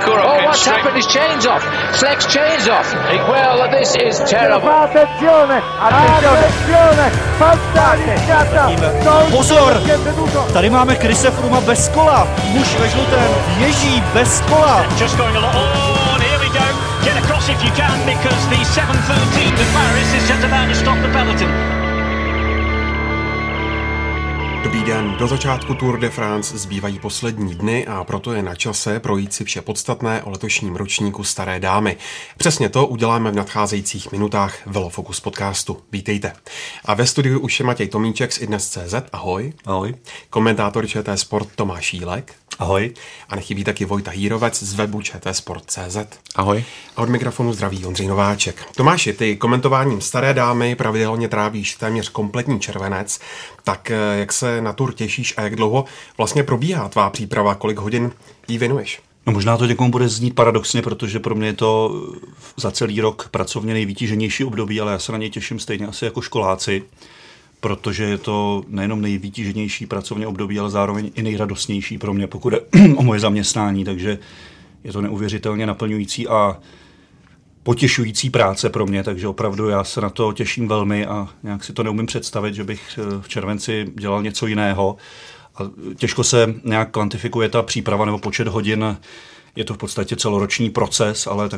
Oh, what's happened? His chain's off. Fleck's chain's off. Well, this is terrible. Attenzione, Pozor! Tady máme Chrise Frooma bez kola. Muž ve žlutém ježí bez kola. Just going along. Oh, and here we go. Get across if you can, because the 7:13 to Paris is just about to stop the peloton. Dobrý den, do začátku Tour de France zbývají poslední dny a proto je na čase projít si vše podstatné o letošním ročníku Staré dámy. Přesně to uděláme v nadcházejících minutách Velofocus podcastu. Vítejte. A ve studiu už je Matěj Tomíček z iDnes.cz. Ahoj. Ahoj. Komentátor ČT Sport Tomáš Jílek. Ahoj. A nechybí taky Vojta Hýrovec z webu čtsport.cz. Ahoj. A od mikrofonu zdraví Ondřej Nováček. Tomáši, ty komentováním Staré dámy pravidelně trávíš téměř kompletní červenec, tak jak se na Tour těšíš a jak dlouho vlastně probíhá tvá příprava, kolik hodin jí věnuješ? No možná to někomu bude znít paradoxně, protože pro mě je to za celý rok pracovně nejvytíženější období, ale já se na něj těším stejně asi jako školáci, protože je to nejenom nejvytíženější pracovně období, ale zároveň i nejradostnější pro mě, pokud je o moje zaměstnání, takže je to neuvěřitelně naplňující a potěšující práce pro mě, takže opravdu já se na to těším velmi a nějak si to neumím představit, že bych v červenci dělal něco jiného. A těžko se nějak kvantifikuje ta příprava nebo počet hodin. Je to v podstatě celoroční proces, ale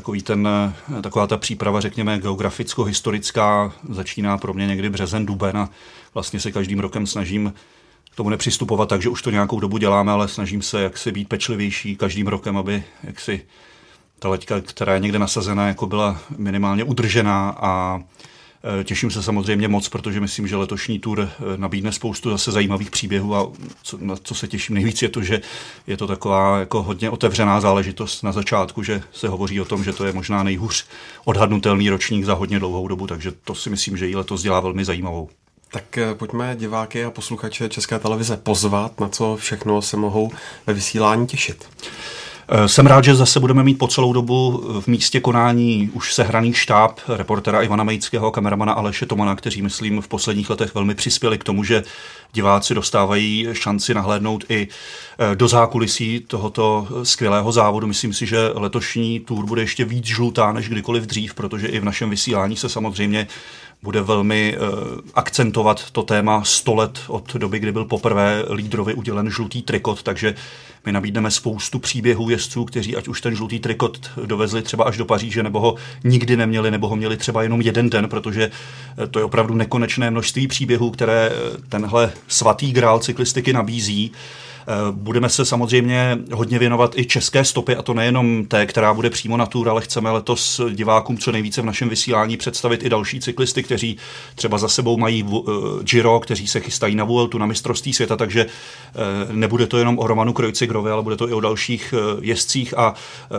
taková ta příprava, řekněme, geograficko-historická začíná pro mě někdy březen, duben a vlastně se každým rokem snažím k tomu nepřistupovat tak, že už to nějakou dobu děláme, ale snažím se jaksi být pečlivější každým rokem, aby jaksi ta laťka, která je někde nasazena, jako byla minimálně udržená a těším se samozřejmě moc, protože myslím, že letošní Tour nabídne spoustu zase zajímavých příběhů a na co se těším nejvíc je to, že je to taková jako hodně otevřená záležitost na začátku, že se hovoří o tom, že to je možná nejhůř odhadnutelný ročník za hodně dlouhou dobu, takže to si myslím, že ji letos dělá velmi zajímavou. Tak pojďme diváky a posluchače České televize pozvat, na co všechno se mohou ve vysílání těšit. Jsem rád, že zase budeme mít po celou dobu v místě konání už sehraný štáb reportera Ivana Mejického a kameramana Aleše Tomana, kteří, myslím, v posledních letech velmi přispěli k tomu, že diváci dostávají šanci nahlédnout i do zákulisí tohoto skvělého závodu. Myslím si, že letošní Tour bude ještě víc žlutá než kdykoliv dřív, protože i v našem vysílání se samozřejmě bude velmi akcentovat to téma 100 let od doby, kdy byl poprvé lídrovi udělen žlutý trikot, takže my nabídneme spoustu příběhů jezdců, kteří ať už ten žlutý trikot dovezli třeba až do Paříže, nebo ho nikdy neměli, nebo ho měli třeba jenom jeden den, protože to je opravdu nekonečné množství příběhů, které tenhle svatý grál cyklistiky nabízí. Budeme se samozřejmě hodně věnovat i české stopy, a to nejenom té, která bude přímo na Tour, ale chceme letos divákům co nejvíce v našem vysílání představit i další cyklisty, kteří třeba za sebou mají Giro, kteří se chystají na Vueltu, na mistrovství světa, takže nebude to jenom o Romanu Kreuzigerovi, ale bude to i o dalších jezdcích a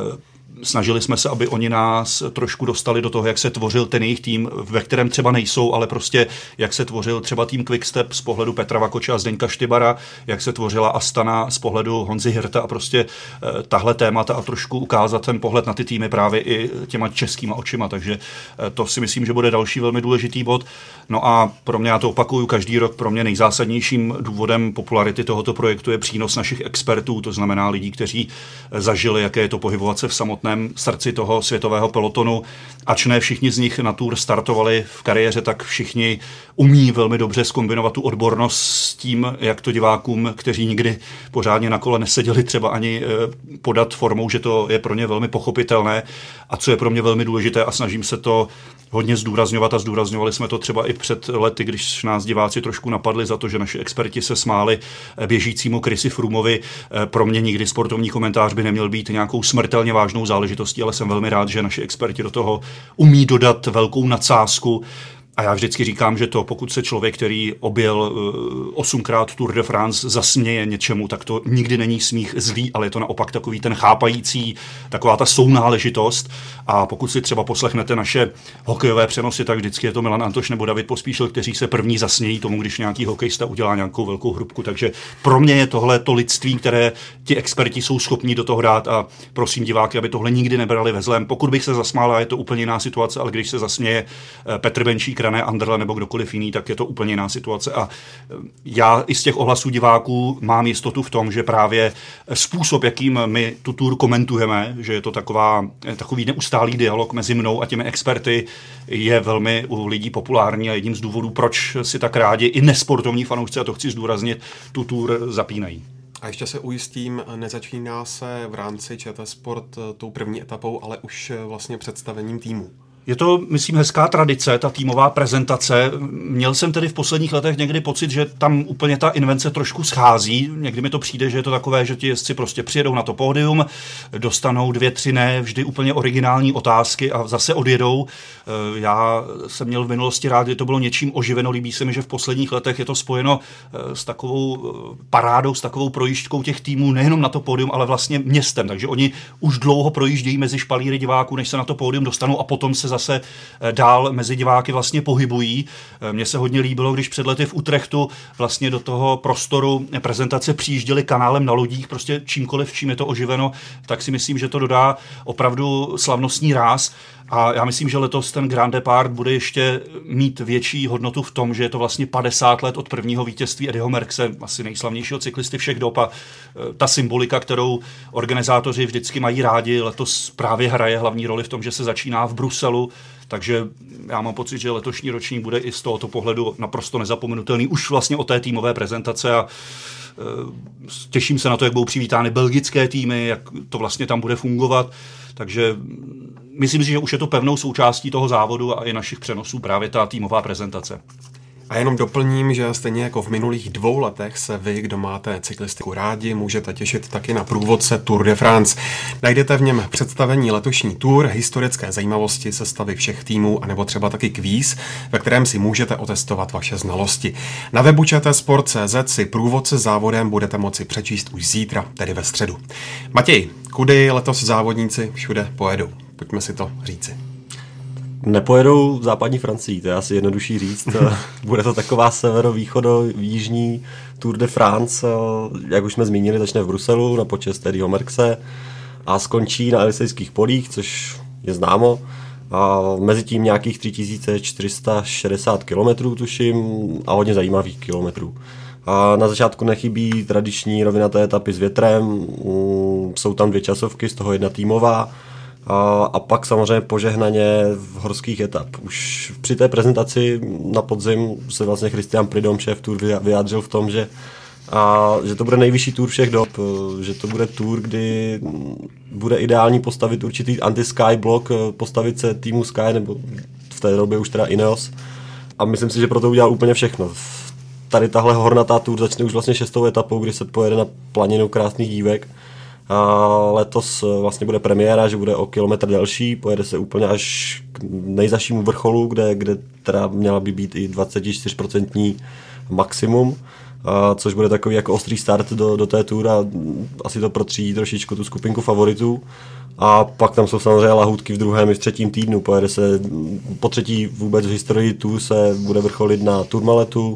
snažili jsme se, aby oni nás trošku dostali do toho, jak se tvořil ten jejich tým, ve kterém třeba nejsou, ale prostě jak se tvořil třeba tým Quickstep z pohledu Petra Vakoče a Zdeňka Štybara, jak se tvořila Astana z pohledu Honzy Hirta a prostě tahle témata a trošku ukázat ten pohled na ty týmy právě i těma českýma očima, takže to si myslím, že bude další velmi důležitý bod. No a pro mě, já to opakuju každý rok, pro mě nejzásadnějším důvodem popularity tohoto projektu je přínos našich expertů, to znamená lidí, kteří zažili, jaké je to pohybovat se v samotném srdci toho světového pelotonu. Ač ne všichni z nich na Tour startovali v kariéře, tak všichni umí velmi dobře zkombinovat tu odbornost s tím, jak to divákům, kteří nikdy pořádně na kole neseděli, třeba ani podat formou, že to je pro ně velmi pochopitelné a co je pro mě velmi důležité a snažím se to hodně zdůrazňovat a zdůrazňovali jsme to třeba i před lety, když nás diváci trošku napadli za to, že naši experti se smáli běžícímu Chrisi Froomovi. Pro mě nikdy sportovní komentář by neměl být nějakou smrtelně vážnou záležitostí, ale jsem velmi rád, že naši experti do toho umí dodat velkou nadsázku. A já vždycky říkám, že to, pokud se člověk, který objel 8krát Tour de France, zasměje něčemu, tak to nikdy není smích zlý, ale je to naopak takový ten chápající, taková ta sounáležitost. A pokud si třeba poslechnete naše hokejové přenosy, tak vždycky je to Milan Antoš nebo David Pospíšil, kteří se první zasmějí tomu, když nějaký hokejista udělá nějakou velkou hrubku. Takže pro mě je tohle to lidství, které ti experti jsou schopní do toho dát a prosím diváky, aby tohle nikdy nebrali ve zlém. Pokud bych se zasmál, je to úplně jiná situace, ale když se zasměje Petr Benčík ne Anderle nebo kdokoliv jiný, tak je to úplně jiná situace. A já i z těch ohlasů diváků mám jistotu v tom, že právě způsob, jakým my tu tour komentujeme, že je to takový neustálý dialog mezi mnou a těmi experty, je velmi u lidí populární a jedním z důvodů, proč si tak rádi i nesportovní fanoušci, a to chci zdůraznit, tu tour zapínají. A ještě se ujistím, nezačíná se v rámci ČT Sport tou první etapou, ale už vlastně představením týmu. Je to, myslím, hezká tradice, ta týmová prezentace. Měl jsem tedy v posledních letech někdy pocit, že tam úplně ta invence trošku schází. Někdy mi to přijde, že je to takové, že ti jezdci prostě přijedou na to pódium, dostanou 2-3 ne vždy úplně originální otázky a zase odjedou. Já jsem měl v minulosti rád, že to bylo něčím oživeno. Líbí se mi, že v posledních letech je to spojeno s takovou parádou, s takovou projížďkou těch týmů, nejenom na to pódium, ale vlastně městem. Takže oni už dlouho projíždějí mezi špalíry diváků, než se na to pódium dostanou a potom se zase dál mezi diváky vlastně pohybují. Mně se hodně líbilo, když před lety v Utrechtu vlastně do toho prostoru prezentace přijížděli kanálem na lodích, prostě čímkoliv, čím je to oživeno, tak si myslím, že to dodá opravdu slavnostní ráz. A já myslím, že letos ten Grand Depart bude ještě mít větší hodnotu v tom, že je to vlastně 50 let od prvního vítězství Eddieho Merckxe, asi nejslavnějšího cyklisty všech dob, a ta symbolika, kterou organizátoři vždycky mají rádi, letos právě hraje hlavní roli v tom, že se začíná v Bruselu, takže já mám pocit, že letošní ročník bude i z tohoto pohledu naprosto nezapomenutelný už vlastně od té týmové prezentace a těším se na to, jak budou přivítány belgické týmy, jak to vlastně tam bude fungovat, takže myslím si, že už je to pevnou součástí toho závodu a i našich přenosů právě ta týmová prezentace. A jenom doplním, že stejně jako v minulých 2 letech se vy, kdo máte cyklistiku rádi, můžete těšit taky na průvodce Tour de France. Najdete v něm představení letošní tour, historické zajímavosti, sestavy všech týmů, anebo třeba taky kvíz, ve kterém si můžete otestovat vaše znalosti. Na webu čtsport.cz si průvodce závodem budete moci přečíst už zítra, tedy ve středu. Matěj, kudy letos závodníci všude pojedou? Pojďme si to říci. Nepojedou v západní Francii, to je asi jednodušší říct. Bude to taková severo-východo-jižní Tour de France, jak už jsme zmínili, začne v Bruselu na počest Eddieho Merckxe a skončí na Elysejských polích, což je známo. A mezi tím nějakých 3460 km, tuším, a hodně zajímavých kilometrů. A na začátku nechybí tradiční rovinaté etapy s větrem, jsou tam 2 časovky, z toho 1 týmová. A pak samozřejmě požehnaně v horských etap. Už při té prezentaci na podzim se vlastně Christian Prudhomme, šéf Tour, vyjádřil v tom, že to bude nejvyšší Tour všech dob, že to bude Tour, kdy bude ideální postavit určitý anti-Sky blok, postavit se týmu Sky, nebo v té době už teda Ineos. A myslím si, že pro to udělal úplně všechno. Tady tahle hornatá Tour začne už vlastně 6. etapou, kdy se pojede na planinu krásných dívek. A letos vlastně bude premiéra, že bude o kilometr delší, pojede se úplně až k nejzašímu vrcholu, kde teda měla by být i 24% maximum, což bude takový jako ostrý start do té tour a asi to protřídí trošičku tu skupinku favoritů. A pak tam jsou samozřejmě lahůdky v 2. i v 3. týdnu, pojede se po 3. vůbec v historii Tour se bude vrcholit na Tourmaletu.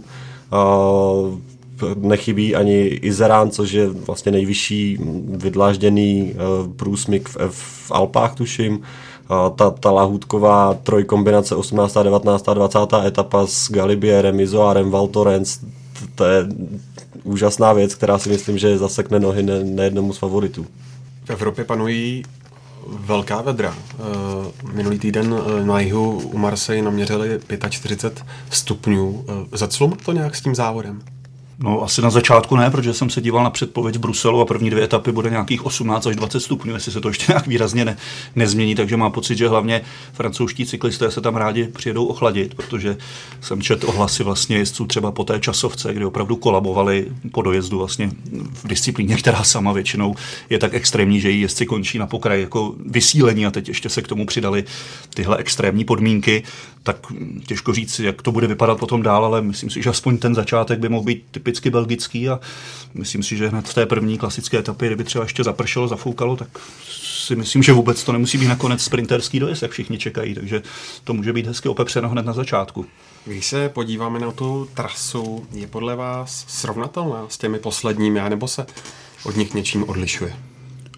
Nechybí ani Iserán, což je vlastně nejvyšší vydlážděný průsmyk v Alpách, tuším. Ta lahůdková trojkombinace 18., 19., 20. etapa s Galibierem, Izoarem, Val Thorens, to je úžasná věc, která si myslím, že zasekne nohy nejednomu z favoritů. V Evropě panují velká vedra. Minulý týden na jihu u Marseille naměřili 45 stupňů. Zaclum to nějak s tím závodem? No asi na začátku ne, protože jsem se díval na předpověď v Bruselu a první 2 etapy bude nějakých 18 až 20 stupňů, jestli se to ještě nějak výrazně nezmění, takže mám pocit, že hlavně francouzští cyklisté se tam rádi přijedou ochladit, protože jsem četl ohlasy vlastně jezdců třeba po té časovce, kdy opravdu kolabovali po dojezdu vlastně v disciplíně, která sama většinou je tak extrémní, že jí jezdci končí na pokraji jako vysílení a teď ještě se k tomu přidali tyhle extrémní podmínky, tak těžko říct, jak to bude vypadat potom dál, ale myslím si, že aspoň ten začátek by mohl být typicky belgický a myslím si, že hned v té první klasické etapě, kdyby třeba ještě zapršelo, zafoukalo, tak si myslím, že vůbec to nemusí být nakonec sprinterský dojezd, jak všichni čekají, takže to může být hezky opepřeno hned na začátku. Když se podíváme na tu trasu, je podle vás srovnatelná s těmi posledními, nebo se od nich něčím odlišuje?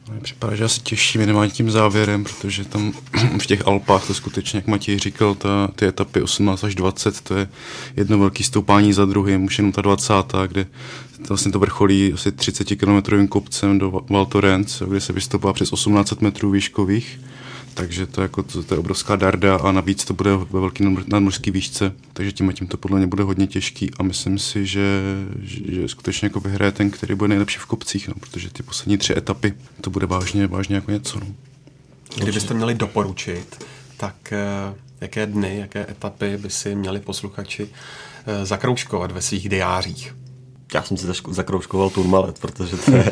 Mně připadá, že asi těžší minimálně tím závěrem, protože tam v těch Alpách to skutečně, jak Matěj říkal, ty etapy 18 až 20, to je jedno velké stoupání za druhým, už jenom ta 20, kde vlastně to vrcholí asi 30-kilometrovým kopcem do Val Thorens, kde se vystoupá přes 1800 metrů výškových. Takže to je obrovská darda a navíc to bude ve velké nadmořské výšce, takže tím to podle mě bude hodně těžký a myslím si, že skutečně jako vyhraje ten, který bude nejlepší v kopcích, no, protože ty poslední 3 etapy, to bude vážně jako něco. No. Kdybyste měli doporučit, tak jaké dny, jaké etapy by si měli posluchači zakroužkovat ve svých diářích? Já jsem si zakroužkoval Tourmalet, protože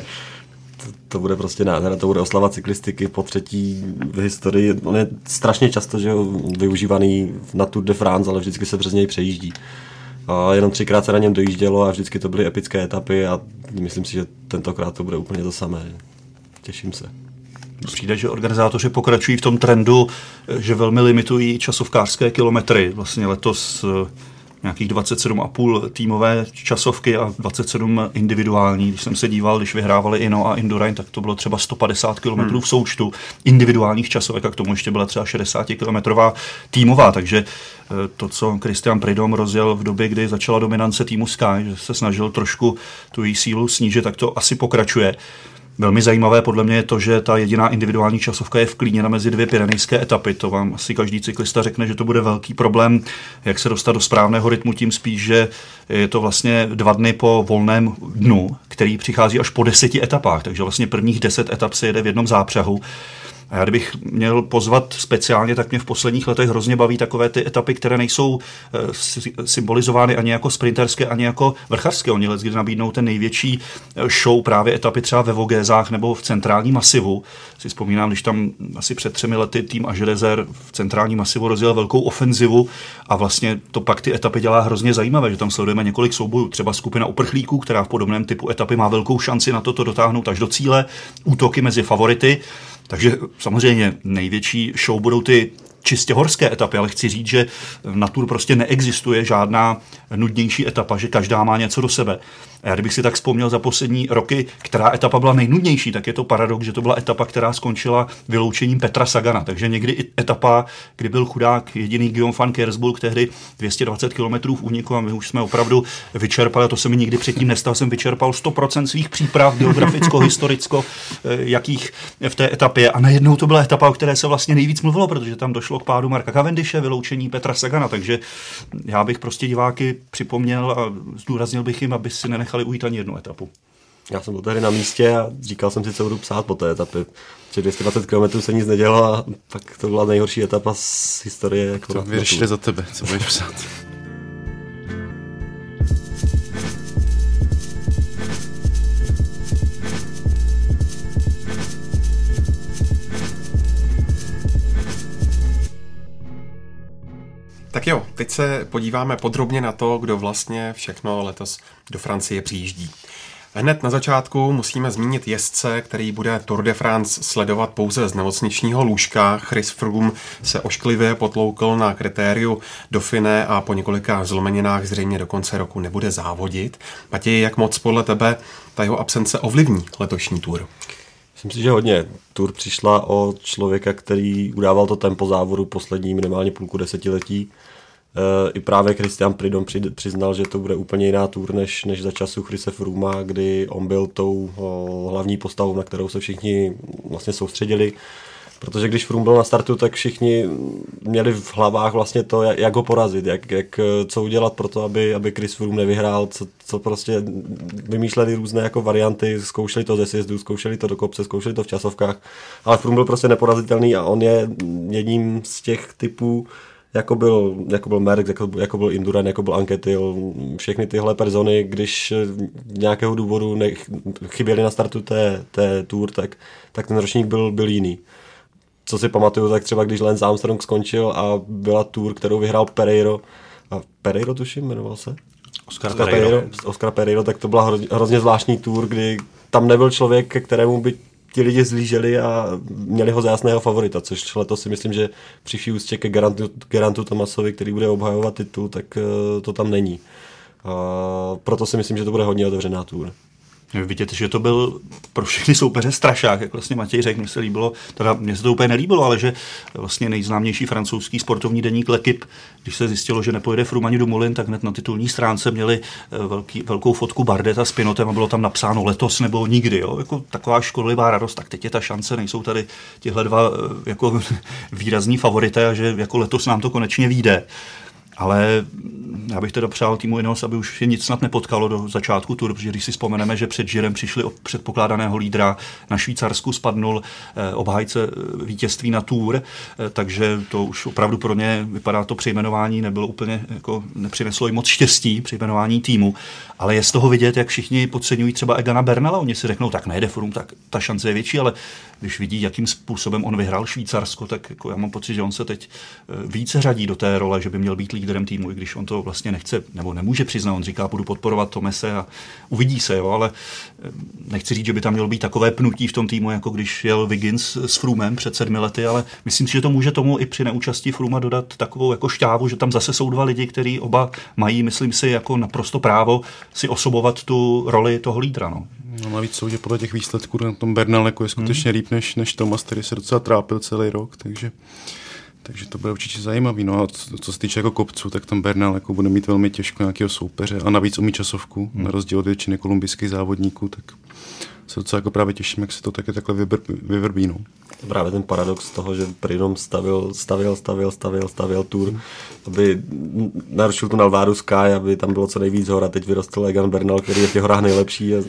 to bude prostě nádhera, to bude oslava cyklistiky po 3. v historii. On je strašně často že využívaný na Tour de France, ale vždycky se přes něj přejíždí. A jenom 3krát se na něm dojíždělo a vždycky to byly epické etapy a myslím si, že tentokrát to bude úplně to samé. Těším se. Přijde, že organizátoři pokračují v tom trendu, že velmi limitují časovkářské kilometry. Vlastně letos nějakých 27,5 týmové časovky a 27 individuální. Když jsem se díval, když vyhrávali Ino a Indurain, tak to bylo třeba 150 km v součtu individuálních časovek a k tomu ještě byla třeba 60-kilometrová týmová. Takže to, co Christian Prudhomme rozjel v době, kdy začala dominance týmu Sky, že se snažil trošku tu její sílu snížit, tak to asi pokračuje. Velmi zajímavé podle mě je to, že ta jediná individuální časovka je vklíněna mezi 2 pyrenejské etapy. To vám asi každý cyklista řekne, že to bude velký problém, jak se dostat do správného rytmu, tím spíš, že je to vlastně 2 dny po volném dnu, který přichází až po 10 etapách, takže vlastně prvních 10 etap se jede v jednom zápřehu. A já kdybych měl pozvat speciálně, tak mě v posledních letech hrozně baví takové ty etapy, které nejsou symbolizovány ani jako sprinterské, ani jako vrchařské. Oni kdy nabídnou ten největší show právě etapy třeba ve Vogézách nebo v centrální masivu. Si vzpomínám, když tam asi před 3 lety tým Ažerezer v centrální masivu rozjel velkou ofenzivu a vlastně to pak ty etapy dělá hrozně zajímavé, že tam sledujeme několik soubojů. Třeba skupina uprchlíků, která v podobném typu etapy má velkou šanci na to dotáhnout až do cíle, útoky mezi favority. Takže samozřejmě největší show budou ty čistě horské etapy, ale chci říct, že na Tour prostě neexistuje žádná nudnější etapa, že každá má něco do sebe. A já kdybych si tak vzpomněl za poslední roky, která etapa byla nejnudnější, tak je to paradox, že to byla etapa, která skončila vyloučením Petra Sagana. Takže někdy i etapa, kdy byl chudák jediný Guillaume van Kersburg, tehdy 220 km v úniku a my už jsme opravdu vyčerpali, a to se mi nikdy předtím nestalo, jsem vyčerpal 100% svých příprav, geograficko, historicko, jakých v té etapě. A najednou to byla etapa, o které se vlastně nejvíc mluvilo, protože tam došlo k pádu Marka Cavendishe, vyloučení Petra Sagana. Takže já bych prostě diváky připomněl a zdůraznil bych jim, aby si nenechali ujít ani jednu etapu. Já jsem byl tady na místě a říkal jsem si, co budu psát po té etapě. 220 km se nic nedělo a pak to byla nejhorší etapa z historie. Jako to vyřešili za tebe, co budeš psát. Tak jo, teď se podíváme podrobně na to, kdo vlastně všechno letos do Francie přijíždí. Hned na začátku musíme zmínit jezdce, který bude Tour de France sledovat pouze z nemocničního lůžka. Chris Froome se ošklivě potloukl na kritériu Dauphiné a po několika zlomeninách zřejmě do konce roku nebude závodit. Matěj, jak moc podle tebe ta jeho absence ovlivní letošní Tour? Myslím si, že hodně. Tour přišla o člověka, který udával to tempo závodu poslední minimálně půlku desetiletí. I právě Christian Prudhomme přiznal, že to bude úplně jiná Tour než za času Chrise Frooma, kdy on byl tou hlavní postavou, na kterou se všichni vlastně soustředili. Protože když Froome byl na startu, tak všichni měli v hlavách vlastně to, jak ho porazit, co udělat pro to, aby Chris Froome nevyhrál, co prostě vymýšleli různé jako varianty, zkoušeli to ze sjezdu, zkoušeli to do kopce, zkoušeli to v časovkách, ale Froome byl prostě neporazitelný a on je jedním z těch typů, jako byl Merckx, jako byl Indurain, jako byl Anquetil, všechny tyhle persony, když nějakého důvodu chyběli na startu té Tour, tak ten ročník byl jiný. Co si pamatuju, tak třeba když Lance Armstrong skončil a byla Tour, kterou vyhrál Pereiro, a Pereiro tuším, jmenoval se? Oscar Pereiro, tak to byla hrozně zvláštní Tour, kdy tam nebyl člověk, ke kterému by ti lidi zlíželi a měli ho za jasného favorita, což letos si myslím, že při vší úctě ke Gerantu Thomasovi, který bude obhajovat titul, tak to tam není. A proto si myslím, že to bude hodně otevřená Tour. Vidět, že to byl pro všechny soupeře strašák, jak vlastně Matěj řekl, mně se líbilo, teda mně se to úplně nelíbilo, ale že vlastně nejznámější francouzský sportovní deník L'Équipe, když se zjistilo, že nepojede Froome ani Dumoulin, tak hned na titulní stránce měli velkou fotku Bardeta s Pinotem a bylo tam napsáno letos nebo nikdy, jo? Jako taková škodlivá radost, tak teď je ta šance, nejsou tady těhle dva jako výrazní favorité a že jako letos nám to konečně vyjde. Ale já bych teda přál týmu Ineos, aby už je nic snad nepotkalo do začátku Tour, protože když si vzpomeneme, že před Girem přišli o předpokládaného lídra, na Švýcarsku spadnul obhájce vítězství na Tour, takže to už opravdu pro ně vypadá to přejmenování, nebylo úplně, jako nepřineslo jim moc štěstí přejmenování týmu, ale je z toho vidět, jak všichni podceňují třeba Egana Bernala, oni si řeknou, tak nejde Froome, tak ta šance je větší, ale když vidí, jakým způsobem on vyhrál Švýcarsko, tak jako já mám pocit, že on se teď více řadí do té role, že by měl být líderem týmu, i když on to vlastně nechce nebo nemůže přiznat. On říká, budu podporovat Thomase a uvidí se, jo, ale nechci říct, že by tam mělo být takové pnutí v tom týmu, jako když jel Wiggins s Froomem před 7 lety, ale myslím si, že to může tomu i při neúčasti Frooma dodat takovou jako šťávu, že tam zase jsou dva lidi, kteří oba mají, myslím si, jako naprosto právo si osobovat tu roli toho lídra. No. No, navíc soudě podle těch výsledků na tom Bernal jako je skutečně líp než Thomas, který se docela trápil celý rok, takže to bude určitě zajímavý. No a co se týče jako kopců, tak tam Bernal jako bude mít velmi těžko nějakého soupeře a navíc umí časovku, na rozdíl od většiny kolumbijských závodníků, tak se docela jako právě těším, jak se to taky takhle vyvrbí. No. Právě ten paradox toho, že Prudhomme stavěl Tour, aby narušil tu náladu Sky, aby tam bylo co nejvíc hor a teď vyrostl Egan Bernal, který je v těch horách nejlepší a je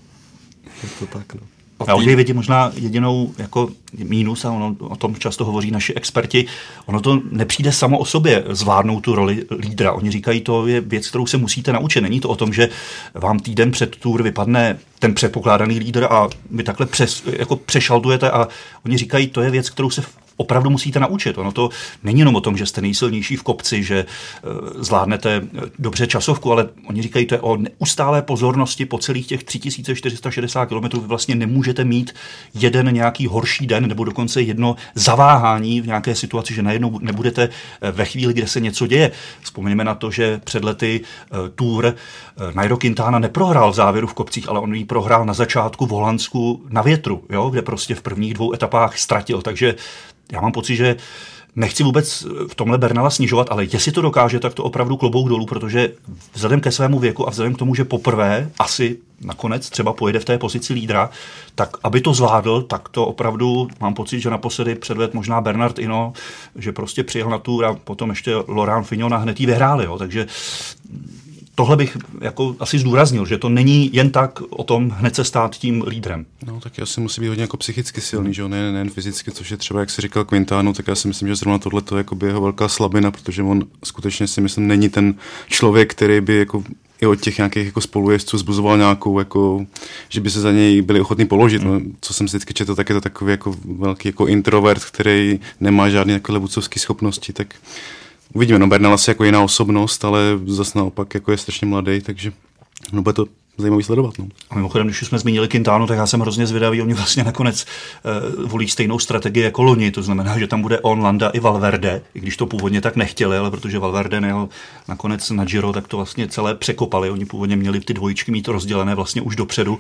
to tak, no. Já už vidím možná jedinou jako mínus, a o tom často hovoří naši experti, ono to nepřijde samo o sobě zvládnout tu roli lídra. Oni říkají, to je věc, kterou se musíte naučit. Není to o tom, že vám týden před Tour vypadne ten předpokládaný lídr a vy takhle přešaltujete a oni říkají, to je věc, kterou se opravdu musíte naučit. Ono to není jenom o tom, že jste nejsilnější v kopci, že zvládnete dobře časovku, ale oni říkají, to je o neustálé pozornosti po celých těch 3460 km. Vy vlastně nemůžete mít jeden nějaký horší den nebo dokonce jedno zaváhání v nějaké situaci, že najednou nebudete ve chvíli, kde se něco děje. Vzpomeňme na to, že před lety Tour Nairo Quintana neprohrál v závěru v kopcích, ale on ji prohrál na začátku v Holandsku na větru, jo, kde prostě v prvních 2 etapách ztratil. Takže já mám pocit, že nechci vůbec v tomhle Bernala snižovat, ale jestli to dokáže, tak to opravdu klobouk dolů, protože vzhledem ke svému věku a vzhledem k tomu, že poprvé asi nakonec třeba pojede v té pozici lídra, tak aby to zvládl, tak to opravdu mám pocit, že naposledy předvedl možná Bernard Hinault, že prostě přijel na Tour a potom ještě Laurent Fignon a hned jí vyhráli. Jo. Takže tohle bych jako asi zdůraznil, že to není jen tak o tom hned se stát tím lídrem. No tak já si musí být hodně jako psychicky silný, že nejen fyzicky, což je třeba, jak si říkal Quintana, tak já si myslím, že zrovna tohle je jako jeho velká slabina, protože on skutečně si myslím není ten člověk, který by jako i od těch nějakých jako spolujezdců zbuzoval nějakou, jako, že by se za něj byli ochotní položit. No, co jsem si vždycky četl, tak je to takový jako velký jako introvert, který nemá žádné jako levucovské schopnosti, tak uvidíme, no Bernal asi jako jiná osobnost, ale zase naopak jako je strašně mladý, takže no bude to zajímavý sledovat. No. A mimochodem, když už jsme zmínili Quintanu, tak já jsem hrozně zvědavý, oni vlastně nakonec volí stejnou strategii jako loni, to znamená, že tam bude on, Landa i Valverde, i když to původně tak nechtěli, ale protože Valverde nejel nakonec na Giro, tak to vlastně celé překopali. Oni původně měli ty dvojičky mít rozdělené vlastně už dopředu,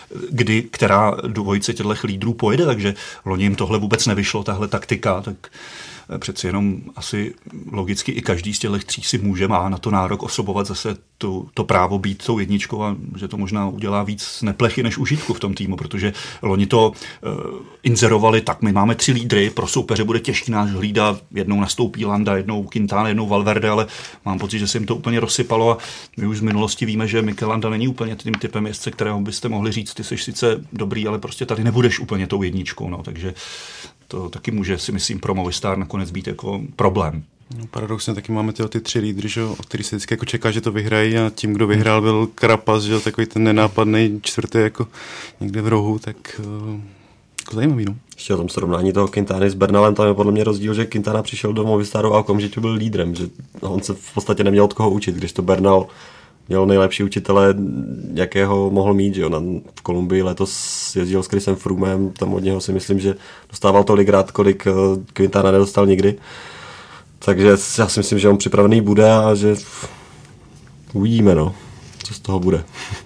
která dvojice těchto lídrů pojede, takže loni jim tohle vůbec nevyšlo, tahle taktika, tak přeci jenom asi logicky i každý z těchto 3 si má na to nárok osobovat zase to právo být tou jedničkou a že to možná udělá víc neplechy než užitku v tom týmu, protože loni to inzerovali, tak my máme 3 lídry, pro soupeře bude těžký náš hlídat, jednou nastoupí Landa, jednou Quintana, jednou Valverde, ale mám pocit, že se jim to úplně rozsypalo a my už z minulosti víme, že Mikel Landa není úplně tím typem jezdce, kterého byste mohli říct, ty jsi sice dobrý, ale prostě tady nebudeš úplně tou jedničkou, no, takže to taky může, si myslím, pro Movistar nakonec být jako problém. No, paradoxně taky máme ty 3 lídry, že, o který se vždycky jako čeká, že to vyhrají a tím, kdo vyhrál, byl Carapaz, že, takový ten nenápadný 4. jako někde v rohu, tak jako zajímavý. No. Ještě o tom srovnání toho Quintany s Bernalem, tam je podle mě rozdíl, že Quintana přišel do Movistaru a okamžitě byl lídrem, že on se v podstatě neměl od koho učit, když to Bernal měl nejlepší učitele, jakého mohl mít, že jo. V Kolumbii letos jezdil s Chrisem Froomem, tam od něho si myslím, že dostával tolikrát, kolik Quintana nedostal nikdy. Takže já si myslím, že on připravený bude a že uvidíme, no, co z toho bude.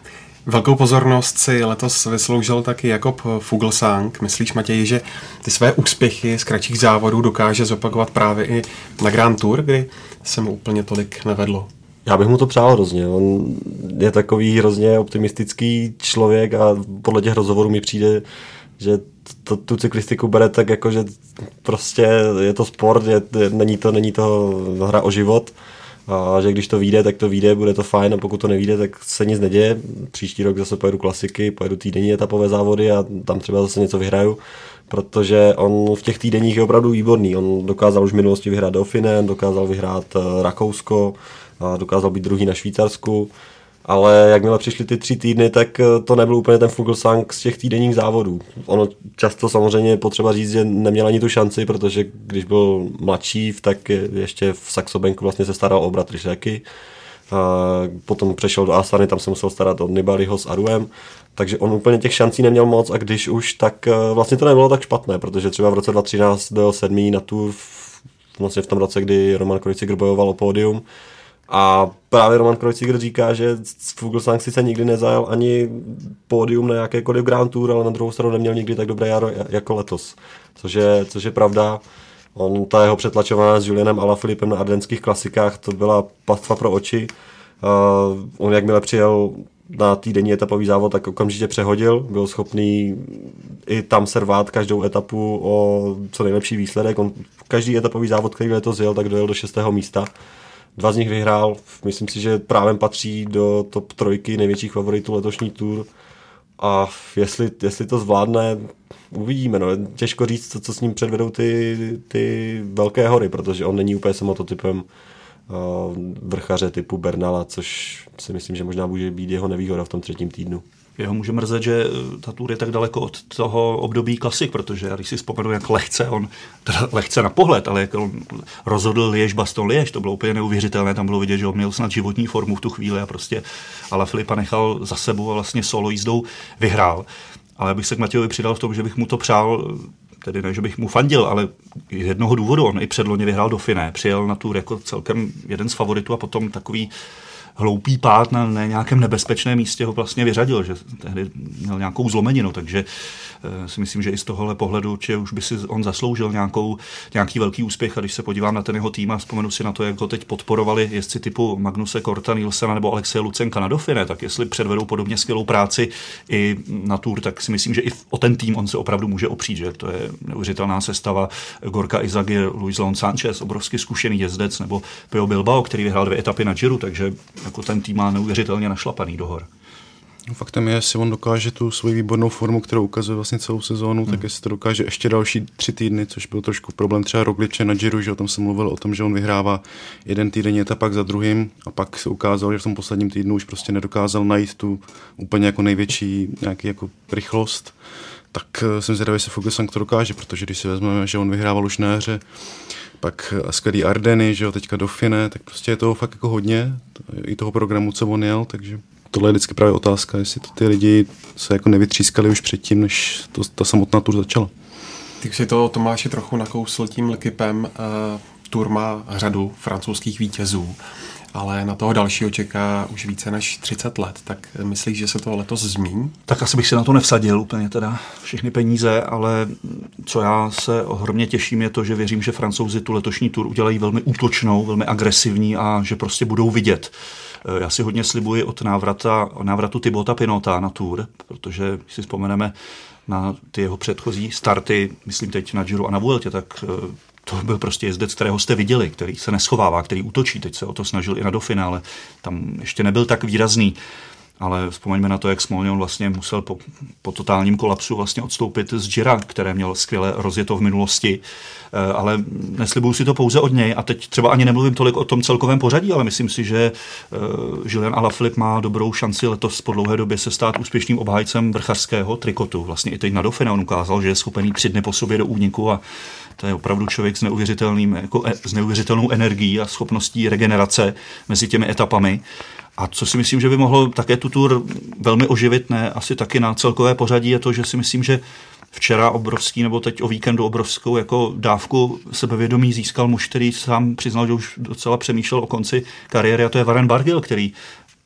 Velkou pozornost si letos vysloužil taky Jakob Fuglsang. Myslíš, Matěj, že ty své úspěchy z kratších závodů dokáže zopakovat právě i na Grand Tour, kdy se mu úplně tolik nevedlo? Já bych mu to přál hrozně. On je takový hrozně optimistický člověk a podle těch rozhovorů mi přijde, že tu cyklistiku bere tak jako, že prostě je to sport, není to hra o život. A že když to vyjde, tak to vyjde, bude to fajn, a pokud to nevyjde, tak se nic neděje. Příští rok zase pojedu klasiky, pojedu týdenní etapové závody a tam třeba zase něco vyhraju, protože on v těch týdenních je opravdu výborný. On dokázal už v minulosti vyhrát Dauphiné, dokázal vyhrát Rakousko, a dokázal být druhý na Švýcarsku, ale jakmile přišly ty 3 týdny, tak to nebyl úplně ten Fuglsang z těch týdenních závodů. Ono často samozřejmě je potřeba říct, že neměl ani tu šanci, protože když byl mladší, tak ještě v Saxo Banku vlastně se staral o bratry Šéky. Potom přešel do Astany, tam se musel starat o Nibaliho s Aruem, takže on úplně těch šancí neměl moc, a když už, tak vlastně to nebylo tak špatné, protože třeba v roce 2013 byl 7. na Tour, vlastně v tom roce, kdy Roman Kreuziger bojoval o pódium. A právě Roman Kreuziger říká, že Fuglsang sice nikdy nezajel ani pódium na jakékoliv Grand Tour, ale na druhou stranu neměl nikdy tak dobré jaro jako letos. Což je pravda. Ta jeho přetlačovaná s Julianem Alaphilippem na ardenských klasikách, to byla pastva pro oči. On jakmile přijel na týdenní etapový závod, tak okamžitě přehodil. Byl schopný i tam se rvát každou etapu o co nejlepší výsledek. On každý etapový závod, který letos jel, tak dojel do 6. místa. 2 z nich vyhrál, myslím si, že právě patří do top 3 největších favoritů letošní Tour. A jestli to zvládne, uvidíme. No. Těžko říct, co s ním předvedou ty velké hory, protože on není úplně samototypem vrchaře typu Bernala, což si myslím, že možná může být jeho nevýhoda v tom 3. týdnu. Jeho může mrzet, že ta Tour je tak daleko od toho období klasik, protože já když si vzpomenu, jak lehce na pohled, ale jak on rozhodl Liège-Bastogne-Liège, to bylo úplně neuvěřitelné, tam bylo vidět, že on měl snad životní formu v tu chvíli a prostě Alaphilippa nechal za sebou a vlastně solo jízdou vyhrál. Ale bych se k Matějovi přidal v tom, že bych mu to přál, tedy ne, že bych mu fandil, ale z jednoho důvodu, on i předloni vyhrál Dauphiné, přijel na Tour jako celkem jeden z favoritů a potom takový hloupý pád na nějakém nebezpečném místě ho vlastně vyřadil, že tehdy měl nějakou zlomeninu, takže si myslím, že i z tohohle pohledu, že už by si on zasloužil nějaký velký úspěch, a když se podívám na ten jeho tým a vzpomenu si na to, jak ho teď podporovali jezdci typu Magnuse Korta Nielsena nebo Alexeje Lucenka na Dauphiné, tak jestli předvedou podobně skvělou práci i na Tour, tak si myslím, že i o ten tým on se opravdu může opřít, že to je neuvěřitelná sestava. Gorka Izagirre, Luis Leon Sanchez, obrovsky zkušený jezdec, nebo Pio Bilbao, který vyhrál 2 etapy na Giro, takže jako ten tým má neuvěřitelně našlapaný do hor. Faktem je, jestli on dokáže tu svoji výbornou formu, kterou ukazuje vlastně celou sezónu, tak jestli to dokáže ještě další 3 týdny, což byl trošku problém třeba Rogliče na Giro, že o tom jsem mluvil, o tom, že on vyhrává jeden týdenní etap za druhým, a pak se ukázalo, že v tom posledním týdnu už prostě nedokázal najít tu úplně jako největší nějaký jako rychlost, tak jsem zvědavý, jestli Fuglsang to dokáže, protože když si vezmeme, že on vyhrával už na jaře, pak skvělý Ardeny, že jo, teďka Dauphiné, tak prostě je toho fakt jako hodně, i toho programu, co on jel, takže tohle je vždycky právě otázka, jestli to ty lidi se jako nevytřískali už předtím, než ta samotná Tour začala. Ty si to, Tomáši, trochu nakousl tím L'Equipem. Tour má řadu francouzských vítězů, ale na toho dalšího čeká už více než 30 let, tak myslíš, že se to letos změní? Tak asi bych se na to nevsadil úplně teda všechny peníze, ale co já se ohromně těším je to, že věřím, že Francouzi tu letošní Tour udělají velmi útočnou, velmi agresivní a že prostě budou vidět. Já si hodně slibuji od návratu Thibauta Pinota na Tour, protože když si vzpomeneme na ty jeho předchozí starty, myslím teď na Giro a na Vueltě, tak to byl prostě jezdec, kterého jste viděli, který se neschovává, který útočí. Teď se o to snažil i na Dauphiné, ale tam ještě nebyl tak výrazný. Ale vzpomeňme na to, jak smolně on vlastně musel po totálním kolapsu vlastně odstoupit z Gira, které měl skvěle rozjeto v minulosti. Ale neslibuju si to pouze od něj. A teď třeba ani nemluvím tolik o tom celkovém pořadí, ale myslím si, že Julian Alaphilippe má dobrou šanci letos po dlouhé době se stát úspěšným obhájcem vrchařského trikotu. Vlastně i teď na Dauphiné on ukázal, že je schopený 3 dny po sobě do úniku a to je opravdu člověk s neuvěřitelnou energií a schopností regenerace mezi těmi etapami. A co si myslím, že by mohlo také tu Tour velmi oživit, ne asi taky na celkové pořadí, je to, že si myslím, že včera obrovský, nebo teď o víkendu obrovskou jako dávku sebevědomí získal muž, který sám přiznal, že už docela přemýšlel o konci kariéry, a to je Warren Barguil, který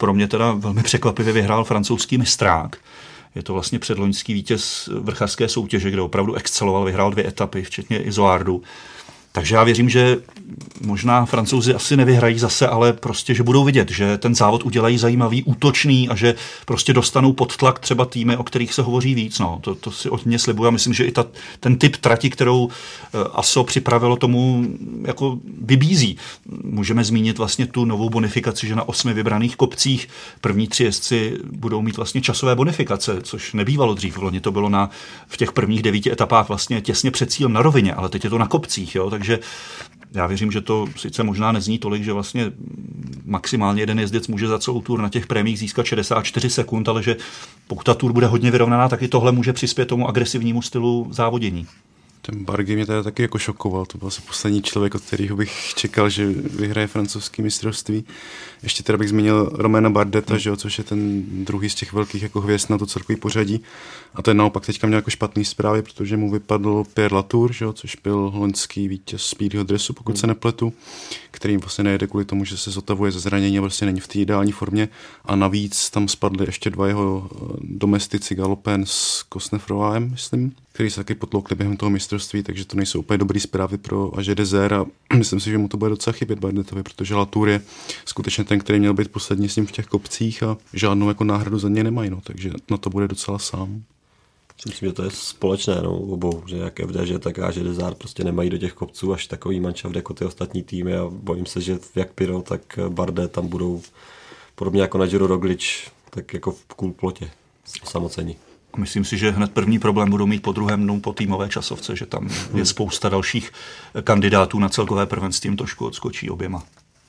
pro mě teda velmi překvapivě vyhrál francouzský mistrák. Je to vlastně předloňský vítěz vrchařské soutěže, kde opravdu exceloval, vyhrál 2 etapy, včetně Izoardu. Takže já věřím, že možná Francouzi asi nevyhrají zase, ale prostě, že budou vidět, že ten závod udělají zajímavý, útočný a že prostě dostanou pod tlak třeba týmy, o kterých se hovoří víc. No, to si od mě slibuju. Já myslím, že i ten typ trati, kterou ASO připravilo, tomu jako vybízí. Můžeme zmínit vlastně tu novou bonifikaci, že na 8 vybraných kopcích první 3 jezdci budou mít vlastně časové bonifikace, což nebývalo dřív. Loni to bylo v těch prvních 9 etapách vlastně těsně před cílem na rovině, ale teď je to na kopcích, jo? Takže já věřím, že to sice možná nezní tolik, že vlastně maximálně jeden jezdec může za celou tur na těch prémiích získat 64 sekund, ale že pokud ta tur bude hodně vyrovnaná, tak i tohle může přispět tomu agresivnímu stylu závodění. Ten Barguil mě teda taky jako šokoval. To byl asi poslední člověk, od kterého bych čekal, že vyhraje francouzské mistrovství. Ještě teda bych zmínil Romaina Bardeta, že jo, což je ten druhý z těch velkých jako hvězd na to celkový pořadí. A ten naopak teďka měl jako špatný zprávy, protože mu vypadl Pierre Latour, že jo, což byl loňský vítěz Speedyho dresu, pokud se nepletu, který vlastně nejede kvůli tomu, že se zotavuje ze zranění a prostě není v té ideální formě. A navíc tam spadly ještě 2 jeho domestici Galopin s Cosnefroyem, myslím, který se taky potloukli během toho mistrovství, takže to nejsou úplně dobrý zprávy pro Age Desert a myslím si, že mu to bude docela chybět Bardetovi, protože Latour je skutečně ten, který měl být poslední s ním v těch kopcích a žádnou jako náhradu za ně nemají, no, takže na to bude docela sám. Myslím, že to je společné, no, obou, že jak FDŽ, tak Age Desert prostě nemají do těch kopců až takový manšaft jako ty ostatní týmy a bojím se, že jak Pirot, tak Bardet tam budou podobně jako na Giro Roglič, tak jako v cool plotě samocení. Myslím si, že hned první problém budou mít po druhém dnu po týmové časovce, že tam je spousta dalších kandidátů na celkové prvenství, jim trošku odskočí oběma.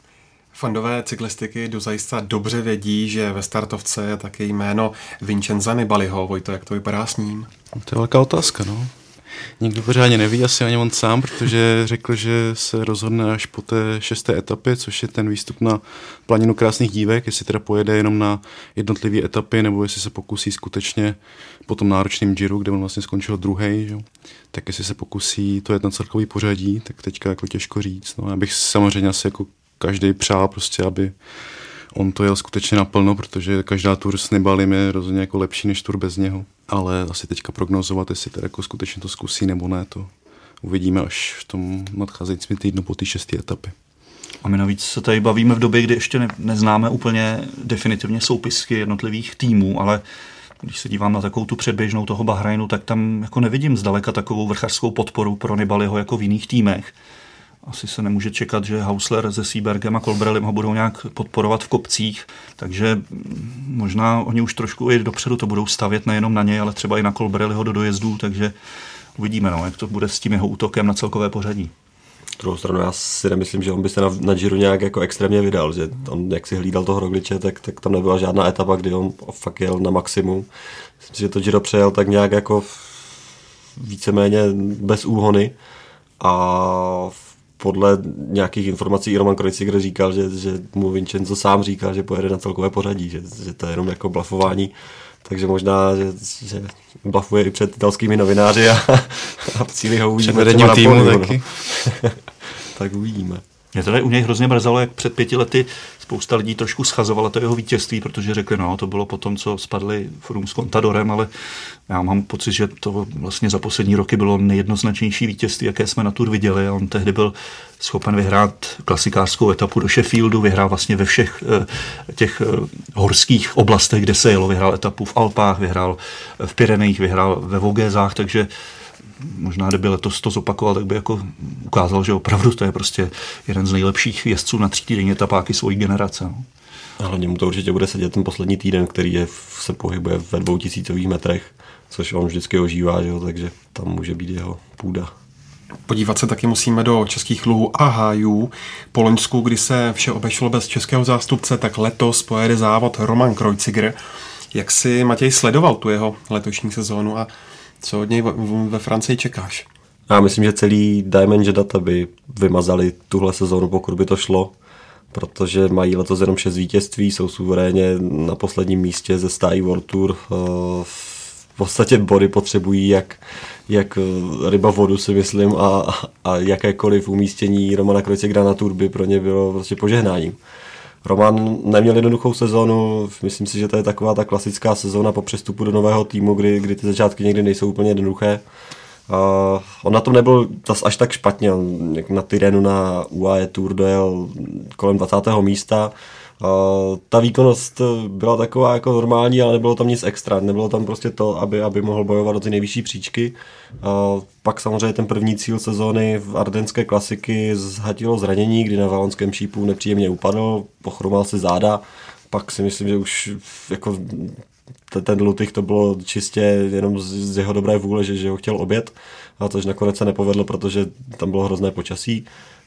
Fandové cyklistiky dozajista dobře vědí, že ve startovce je také jméno Vincenza Nibaliho. Vojto, jak to vypadá s ním? To je velká otázka, no. Nikdo pořádně neví, asi ani on sám, protože řekl, že se rozhodne až po té 6. etapě, což je ten výstup na planinu Krásných dívek, jestli teda pojede jenom na jednotlivé etapy, nebo jestli se pokusí skutečně po tom náročném Giro, kde on vlastně skončil druhej, že? Tak jestli se pokusí to jet na celkový pořadí, tak teďka jako těžko říct. No, já bych samozřejmě asi jako každý přál prostě, aby on to jel skutečně naplno, protože každá tur s Nibalim je rozhodně jako lepší než tur bez něho. Ale asi teďka prognozovat, jestli teda jako skutečně to zkusí nebo ne, to uvidíme až v tom nadcházejícím týdnu po té 6. etapě. A my navíc se tady bavíme v době, kdy ještě neznáme úplně definitivně soupisky jednotlivých týmů, ale když se dívám na takovou tu předběžnou toho Bahrajnu, tak tam jako nevidím zdaleka takovou vrchařskou podporu pro Nibaliho jako v jiných týmech. Asi se nemůže čekat, že Hausler se Seebergem a Colbrellim ho budou nějak podporovat v kopcích, takže možná oni už trošku i dopředu to budou stavět nejenom na něj, ale třeba i na Colbrelliho do dojezdů, takže uvidíme, no, jak to bude s tím jeho útokem na celkové pořadí. Druhou stranu já si nemyslím, že on by se na Giro nějak jako extrémně vydal, že on jak si hlídal toho Rogliče, tak tam nebyla žádná etapa, kdy on fakt jel na maximum. Myslím si, že to Giro přejel tak nějak jako víceméně bez úhony a podle nějakých informací i Roman Kreuziger říkal, že mu Vincenzo sám říkal, že pojede na celkové pořadí, že to je jenom jako blafování, takže možná, že blafuje i před italskými novináři a v cíli ho uvidíme třeba na pódiu. No. Tak uvidíme. Mě tady u něj hrozně mrzelo, jak před 5 lety spousta lidí trošku schazovala to jeho vítězství, protože řekli, no, to bylo potom, co spadli Froome s Contadorem, ale já mám pocit, že to vlastně za poslední roky bylo nejjednoznačnější vítězství, jaké jsme na Tour viděli. On tehdy byl schopen vyhrát klasikářskou etapu do Sheffieldu, vyhrál vlastně ve všech těch horských oblastech, kde se jelo, vyhrál etapu v Alpách, vyhrál v Pyrenejích, vyhrál ve Vogézách, takže možná, kdyby letos to zopakoval, tak by jako ukázal, že opravdu to je prostě jeden z nejlepších jezdců na 3týdenní etapáky svojí generace. No. A hlavně mu to určitě bude sedět ten poslední týden, který se pohybuje ve 2000 metrech, což on vždycky ožívá, že jo, takže tam může být jeho půda. Podívat se taky musíme do českých luhů a hájů. Po loňsku, kdy se vše obešlo bez českého zástupce, tak letos pojede závod Roman Kreuziger. Jak si, Matěj, sledoval tu jeho letošní sezónu a co od něj ve Francii čekáš? Já myslím, že celý Diamond Data by vymazali tuhle sezónu, pokud by to šlo, protože mají letos jenom 6 vítězství, jsou suverénně na posledním místě ze stájí World Tour. V podstatě body potřebují jak ryba vodu, si myslím, a jakékoliv umístění Romana Kreuzigera na Tour by pro ně bylo prostě požehnáním. Roman neměl jednoduchou sezonu, myslím si, že to je taková ta klasická sezóna po přestupu do nového týmu, kdy ty začátky někdy nejsou úplně jednoduché. On na tom nebyl až tak špatně, na Tyrenu na UAE Tour dojel kolem 20. místa. Ta výkonnost byla taková jako normální, ale nebylo tam nic extra, nebylo tam prostě to, aby mohl bojovat o ty nejvyšší příčky. Pak samozřejmě ten první cíl sezóny v ardenské klasiky zhatilo zranění, kdy na valonském šípu nepříjemně upadl, pochromal si záda, pak si myslím, že už jako ten Lutych to bylo čistě jenom z jeho dobré vůle, že ho chtěl objet, a což nakonec se nepovedlo, protože tam bylo hrozné počasí.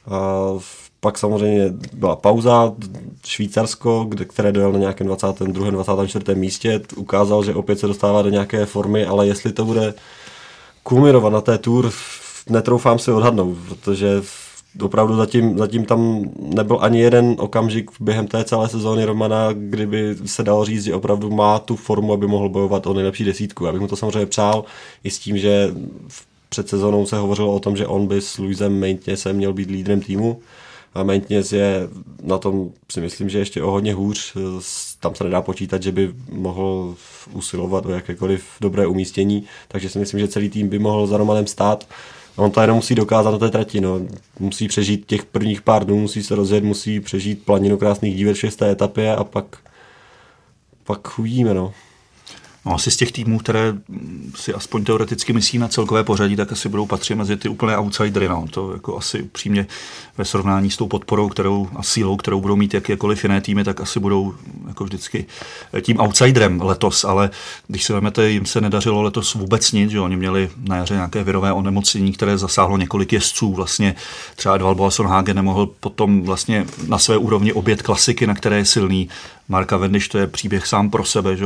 Pak samozřejmě byla pauza, Švýcarsko, které dojel na nějakém 22. 24. místě, ukázal, že opět se dostává do nějaké formy, ale jestli to bude kulminovat na té Tour, netroufám si odhadnout, protože opravdu zatím tam nebyl ani jeden okamžik během té celé sezóny Romana, kdyby se dalo říct, že opravdu má tu formu, aby mohl bojovat o nejlepší desítku. Já bych mu to samozřejmě přál i s tím, že před sezónou se hovořilo o tom, že on by s Luisem Meintněsem měl být lídrem týmu. A Meintněs je na tom, si myslím, že ještě o hodně hůř. Tam se nedá počítat, že by mohl usilovat o jakékoliv dobré umístění, takže si myslím, že celý tým by mohl za Romanem stát. A on to jenom musí dokázat na té trati. No. Musí přežít těch prvních pár dnů, musí se rozjet, musí přežít planinu krásných díver v 6. etapě a pak uvidíme. No. No, asi z těch týmů, které si aspoň teoreticky myslí na celkové pořadí, tak asi budou patřit mezi ty úplné outsidery. No. To jako asi upřímně ve srovnání s tou podporou a sílou, kterou budou mít jakékoliv jiné týmy, tak asi budou jako vždycky tím outsiderem letos. Ale když si vezmete, jim se nedařilo letos vůbec nic, že oni měli na jaře nějaké virové onemocnění, které zasáhlo několik jezdců. Vlastně třeba Edvald Boasson Hagen nemohl potom vlastně na své úrovni objet klasiky, na které je silný. Mark Cavendish, to je příběh sám pro sebe, že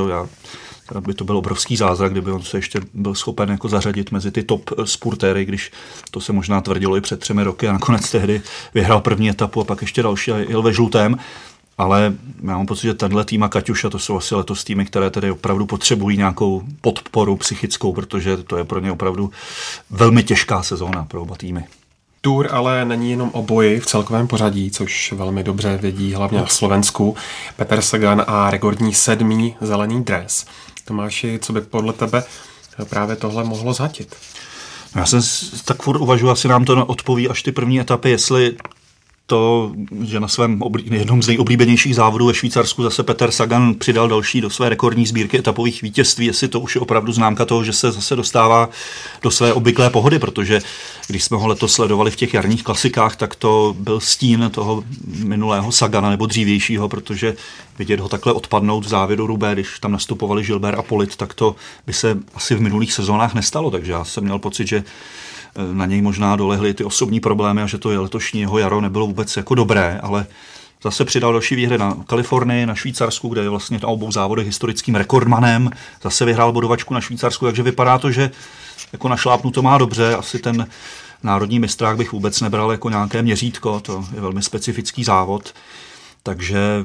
by to byl obrovský zázrak, kdyby on se ještě byl schopen jako zařadit mezi ty top spurtéry, když to se možná tvrdilo i před 3 roky a nakonec tehdy vyhrál první etapu a pak ještě další a jel ve žlutém. Ale já mám pocit, že tenhle tým a Kaťuša, to jsou asi letos týmy, které tedy opravdu potřebují nějakou podporu psychickou, protože to je pro ně opravdu velmi těžká sezóna pro oba týmy. Tour ale není jenom o boji v celkovém pořadí, což velmi dobře vědí hlavně na Slovensku. Peter Sagan a rekordní 7. zelený dres. Tomáši, co by podle tebe právě tohle mohlo zhatit? Já jsem tak furt uvažuji, asi nám to odpoví až ty první etapy, jestli to, že na svém jednom z nejoblíbenějších závodů ve Švýcarsku zase Peter Sagan přidal další do své rekordní sbírky etapových vítězství, jestli to už je opravdu známka toho, že se zase dostává do své obvyklé pohody, protože když jsme ho letos sledovali v těch jarních klasikách, tak to byl stín toho minulého Sagana nebo dřívějšího, protože vidět ho takhle odpadnout v závěru Roubaix, když tam nastupovali Gilbert a Polit, tak to by se asi v minulých sezónách nestalo, takže já jsem měl pocit, že na něj možná dolehly ty osobní problémy a že to je letošní jeho jaro nebylo vůbec jako dobré, ale zase přidal další výhry na Kalifornii, na Švýcarsku, kde je vlastně na obou závodech historickým rekordmanem, zase vyhrál bodovačku na Švýcarsku, takže vypadá to, že jako našlápnu to má dobře, asi ten národní mistrák bych vůbec nebral jako nějaké měřítko, to je velmi specifický závod, takže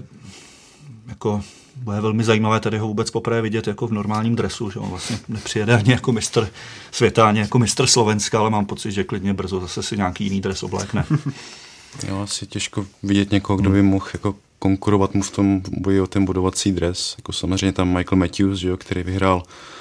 jako bude velmi zajímavé tady ho vůbec poprvé vidět jako v normálním dresu, že on vlastně nepřijede ani jako mistr světa, ani jako mistr Slovenska, ale mám pocit, že klidně brzo zase si nějaký jiný dres oblékne. Jo, asi těžko vidět někoho, kdo by mohl jako konkurovat mu v tom boji o ten bodovací dres. Jako samozřejmě tam Michael Matthews, že jo, který vyhrál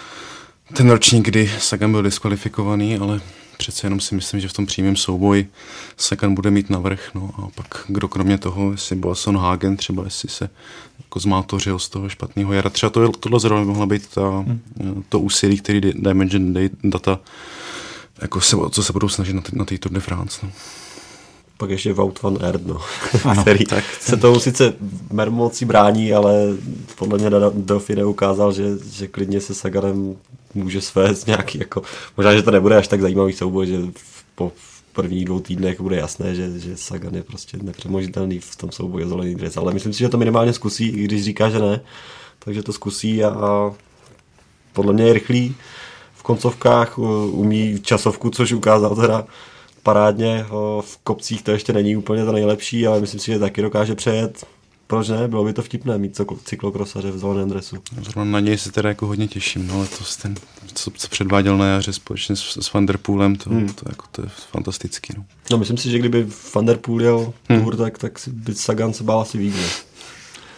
ten ročník, kdy Sagan byl diskvalifikovaný, ale přece jenom si myslím, že v tom přímém souboji Sagan bude mít navrch. No a pak kdo kromě toho, jestli Boasson Hagen třeba, jestli se jako zmátořil z toho špatného jara. Třeba tohle zrovna mohla být to úsilí, který Dimension Data jako co se budou snažit na té Tour de France. No. Pak ještě Wout van Aert, no. Ano, který tak. se tomu sice mermocí brání, ale podle mě Dauphiné ukázal, že klidně se Saganem může svést nějaký, jako, možná, že to nebude až tak zajímavý souboj, že po prvních 2 týdnech bude jasné, že Sagan je prostě nepřemožitelný v tom souboji o zelený dres, ale myslím si, že to minimálně zkusí, i když říká, že ne, takže to zkusí a podle mě je rychlý v koncovkách, umí časovku, což ukázal teda parádně, v kopcích to ještě není úplně to nejlepší, ale myslím si, že taky dokáže přejet. Proč ne? Bylo by to vtipné mít cyklokrosaře v zeleném dresu. Zrovna na něj se teda jako hodně těším, no letos ten, co předváděl na jaře společně s Van der Poelem, to je fantastický. No. No myslím si, že kdyby Van der Poel jel Tour, tak by Sagan se bál asi víc.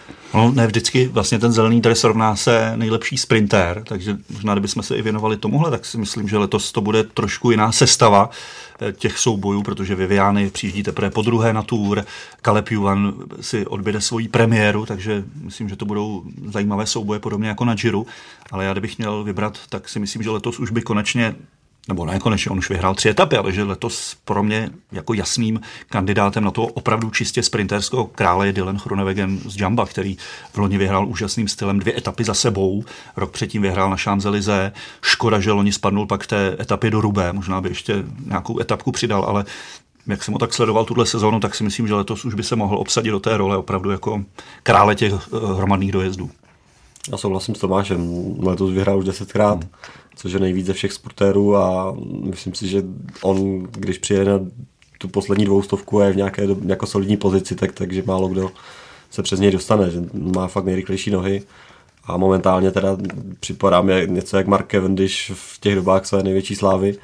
No, ne vždycky vlastně ten zelený dres rovná se nejlepší sprinter, takže možná kdybychom se i věnovali tomuhle, tak si myslím, že letos to bude trošku jiná sestava těch soubojů, protože Viviani přijíždí teprve podruhé na Tour, Caleb Ewan si odbyde svoji premiéru, takže myslím, že to budou zajímavé souboje podobně jako na Giro, ale já kdybych měl vybrat, tak si myslím, že letos už by konečně, nebo ne konečně, on už vyhrál 3 etapy, ale že letos pro mě jako jasným kandidátem na toho opravdu čistě sprinterského krále je Dylan Groenewegen z Jamba, který v loni vyhrál úžasným stylem 2 etapy za sebou, rok předtím vyhrál na Champs-Élysées, škoda, že loni spadnul pak v té etapě do Roubaix, možná by ještě nějakou etapku přidal, ale jak jsem ho tak sledoval tuhle sezónu, tak si myslím, že letos už by se mohl obsadit do té role opravdu jako krále těch hromadných dojezdů. Já souhlasím s Tomášem, letos vyhrál už 10krát, což je nejvíc ze všech sportérů a myslím si, že on, když přijede na tu poslední 200 a je v nějaké jako solidní pozici, takže málo kdo se přes něj dostane, že má fakt nejrychlejší nohy a momentálně teda připadá mi něco jak Mark Cavendish v těch dobách své největší slávy.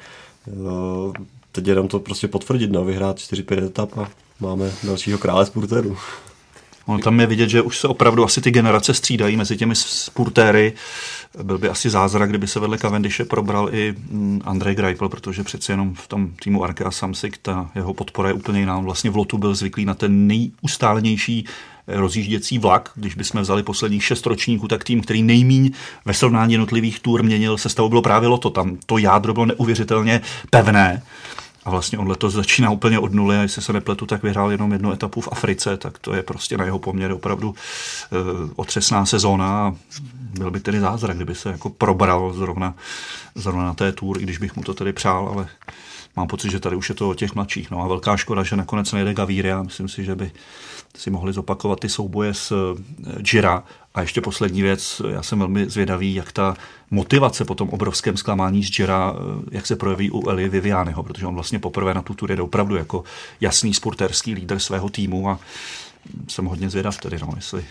Teď jenom to prostě potvrdit, vyhrát 4-5 etap a máme dalšího krále sportérů. No, tam je vidět, že už se opravdu asi ty generace střídají mezi těmi sportéry. Byl by asi zázrak, kdyby se vedle Cavendishe probral i Andrej Greipel, protože přeci jenom v tom týmu Arkea Samsic ta jeho podpora je úplně jiná. On vlastně v lotu byl zvyklý na ten nejustálenější rozjížděcí vlak. Když bychom vzali posledních 6 ročníků, tak tým, který nejmíň ve srovnání jednotlivých tour měnil sestavu, bylo právě Lotto. Tam to jádro bylo neuvěřitelně pevné. A vlastně on letos začíná úplně od nuly a jestli se nepletu, tak vyhrál jenom 1 etapu v Africe, tak to je prostě na jeho poměr opravdu otřesná sezóna a byl by tedy zázrak, kdyby se jako probral zrovna na té tour, i když bych mu to tedy přál, ale mám pocit, že tady už je to o těch mladších. No a velká škoda, že nakonec nejde Gaviria, myslím si, že by si mohli zopakovat ty souboje s Gira. A ještě poslední věc, já jsem velmi zvědavý, jak ta motivace po tom obrovském zklamání z Gira, jak se projeví u Elie Vivianiho, protože on vlastně poprvé na tu tur jede opravdu jako jasný sporterský lídr svého týmu a jsem hodně zvědav tedy, jestli,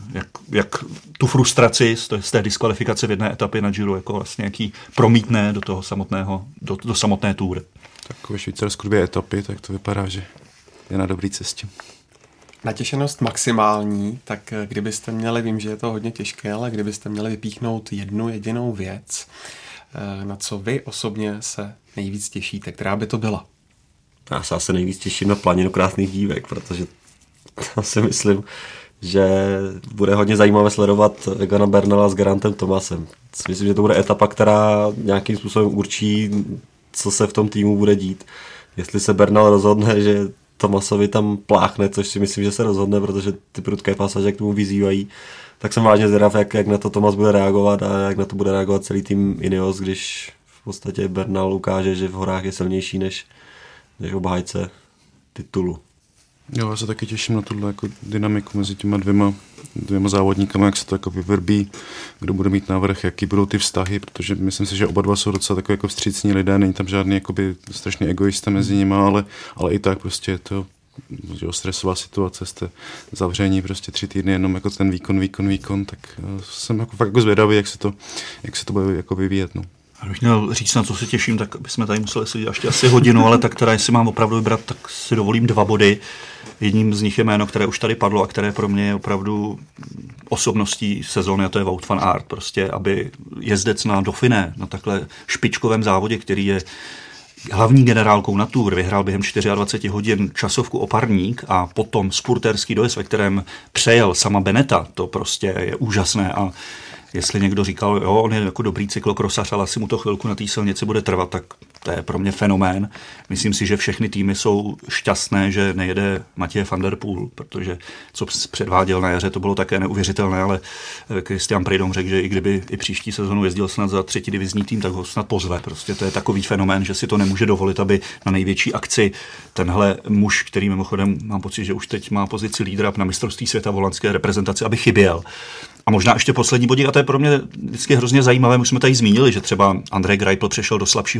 jak tu frustraci z té diskvalifikace v jedné etapě na Giro jako vlastně jaký promítne do toho samotného, do samotné túry. Tak ve Švýcarsku 2 etapy, tak to vypadá, že je na dobré cestě. Natěšenost maximální, tak kdybyste měli, vím, že je to hodně těžké, ale kdybyste měli vypíchnout jednu jedinou věc, na co vy osobně se nejvíc těšíte, která by to byla? Já se asi nejvíc těším na Planinu krásných dívek, protože já si myslím, že bude hodně zajímavé sledovat Egana Bernala s Gerantem Thomasem. Myslím, že to bude etapa, která nějakým způsobem určí, co se v tom týmu bude dít. Jestli se Bernal rozhodne, že Thomasovi tam pláchne, což si myslím, že se rozhodne, protože ty prudké pasaže k tomu vyzývají, tak jsem vážně zvědav, jak na to Thomas bude reagovat a jak na to bude reagovat celý tým Ineos, když v podstatě Bernal ukáže, že v horách je silnější než obhájce titulu. Jo, já se taky těším na tuhle jako dynamiku mezi těma dvěma závodníkama, jak se to jako vyvrbí, kdo bude mít návrh, jaký budou ty vztahy, protože myslím si, že oba dva jsou docela takové jako vstřícní lidé, není tam žádný jakoby strašný egoista mezi nimi, ale i tak prostě je to stresová situace, jste zavření prostě 3 týdny jenom jako ten výkon, tak jsem jako fakt jako zvědavý, jak se to bude jako vyvíjet, no. Kdybych měl říct, na co se těším, tak bychom tady museli sedět ještě asi hodinu, ale tak teda, jestli mám opravdu vybrat, tak si dovolím 2 body. Jedním z nich je jméno, které už tady padlo a které pro mě je opravdu osobností sezóny, a to je Wout van Aert. Prostě, aby jezdec na Dauphiné, na takhle špičkovém závodě, který je hlavní generálkou na Tour, vyhrál během 24 hodin časovku o parník a potom spurterský dojezd, ve kterém přejel sama Beneta, to prostě je úžasné. A jestli někdo říkal, jo, on je jako dobrý cyklokrosař, ale asi mu to chvilku na té silnici bude trvat, tak to je pro mě fenomén. Myslím si, že všechny týmy jsou šťastné, že nejede Mathieu van der Poel, protože co předváděl na jaře, to bylo také neuvěřitelné, ale Christian Prudhomme řekl, že i kdyby i příští sezonu jezdil snad za 3. divizní tým, tak ho snad pozve. Prostě to je takový fenomén, že si to nemůže dovolit, aby na největší akci tenhle muž, který mimochodem mám pocit, že už teď má pozici lídra na mistrovství světa v holandské reprezentaci, aby chyběl. A možná ještě poslední bodík, a to je pro mě vždycky hrozně zajímavé, už jsme tady zmínili, že třeba Andrej Greipel přešel do slabšího týmu, ale já jsem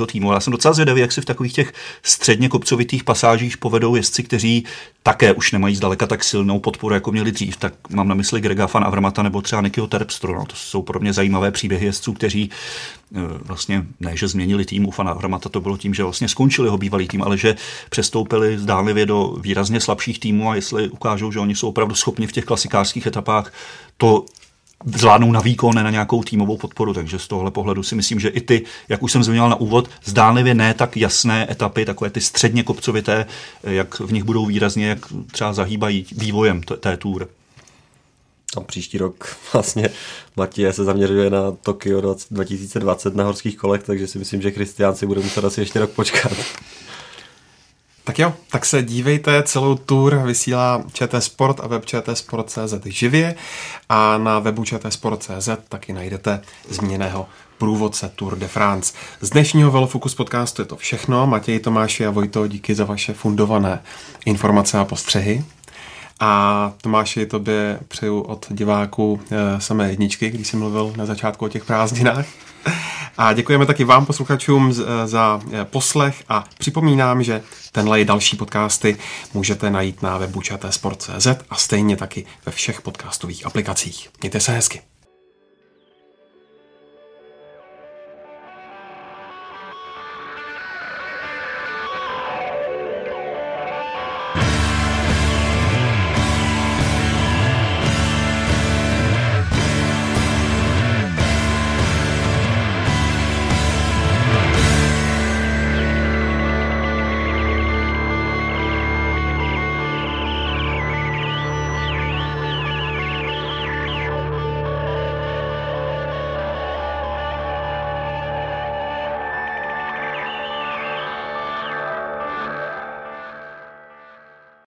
jsem docela zvědavý, jak si v takových těch středně kopcovitých pasážích povedou jezdci, kteří také už nemají zdaleka tak silnou podporu, jako měli dřív. Tak mám na mysli Grega van Avermaeta nebo třeba Nickyho Terpstra. No, to jsou pro mě zajímavé příběhy jezdců, kteří vlastně ne, že změnili tým. U van Avermaeta to bylo tím, že vlastně skončili jeho bývalý tým, ale že přestoupili zdánlivě do výrazně slabších týmů a jestli ukážou, že oni jsou opravdu schopni v těch klasikářských etapách to zvládnou na výkon, ne na nějakou týmovou podporu, takže z tohohle pohledu si myslím, že i ty, jak už jsem zmiňoval na úvod, zdánlivě ne tak jasné etapy, takové ty středně kopcovité, jak v nich budou výrazně, jak třeba zahýbají vývojem té Tour. Tam příští rok vlastně Matěj se zaměřuje na Tokio 2020 na horských kolech, takže si myslím, že Kristián si bude muset asi ještě rok počkat. Tak jo, tak se dívejte, celou tour vysílá ČT Sport a web čtsport.cz živě a na webu čtsport.cz taky najdete zmíněného průvodce Tour de France. Z dnešního Velofocus podcastu je to všechno. Matěj, Tomáši a Vojto, díky za vaše fundované informace a postřehy. A Tomáši, tobě přeju od diváků samé jedničky, když jsi mluvil na začátku o těch prázdninách. A děkujeme taky vám, posluchačům, za poslech a připomínám, že tenhle i další podcasty můžete najít na webu čtsport.cz a stejně taky ve všech podcastových aplikacích. Mějte se hezky.